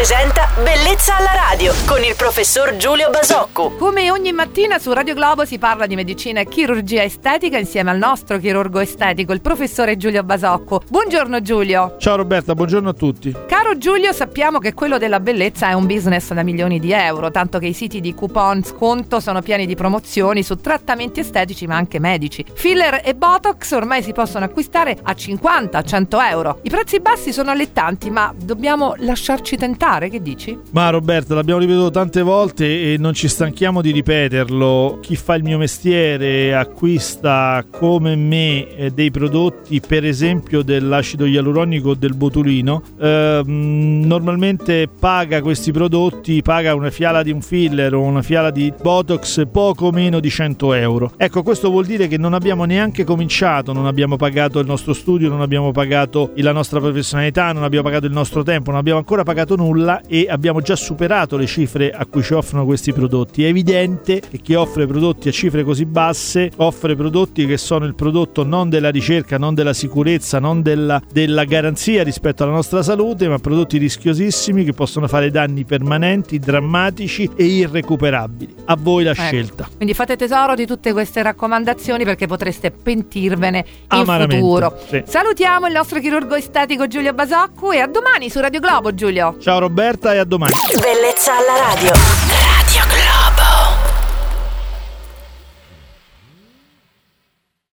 presenta Bellezza alla radio con il professor Giulio Basocco. Come ogni mattina su Radio Globo si parla di medicina e chirurgia estetica insieme al nostro chirurgo estetico, il professore Giulio Basocco. Buongiorno Giulio. Ciao Roberta, buongiorno a tutti. Caro Giulio, sappiamo che quello della bellezza è un business da milioni di euro, tanto che i siti di coupon sconto sono pieni di promozioni su trattamenti estetici ma anche medici. Filler e Botox ormai si possono acquistare a 50-100 euro. I prezzi bassi sono allettanti, ma dobbiamo lasciarci tentare, che dici? Ma Roberta, l'abbiamo ripetuto tante volte e non ci stanchiamo di ripeterlo. Chi fa il mio mestiere acquista come me dei prodotti, per esempio dell'acido ialuronico o del botulino, normalmente paga questi prodotti, paga una fiala di un filler o una fiala di Botox poco meno di 100 euro. Ecco, questo vuol dire che non abbiamo neanche cominciato, non abbiamo pagato il nostro studio, non abbiamo pagato la nostra professionalità, non abbiamo pagato il nostro tempo, non abbiamo ancora pagato nulla e abbiamo già superato le cifre a cui ci offrono questi prodotti. È evidente che chi offre prodotti a cifre così basse offre prodotti che sono il prodotto non della ricerca, non della sicurezza, non della garanzia rispetto alla nostra salute, ma prodotti rischiosissimi che possono fare danni permanenti, drammatici e irrecuperabili. A voi la scelta. Quindi fate tesoro di tutte queste raccomandazioni perché potreste pentirvene in Amaramente, futuro. sì. Salutiamo il nostro chirurgo estetico Giulio Basocco e a domani su Radio Globo, Giulio. Ciao Roberta e a domani. Bellezza alla radio.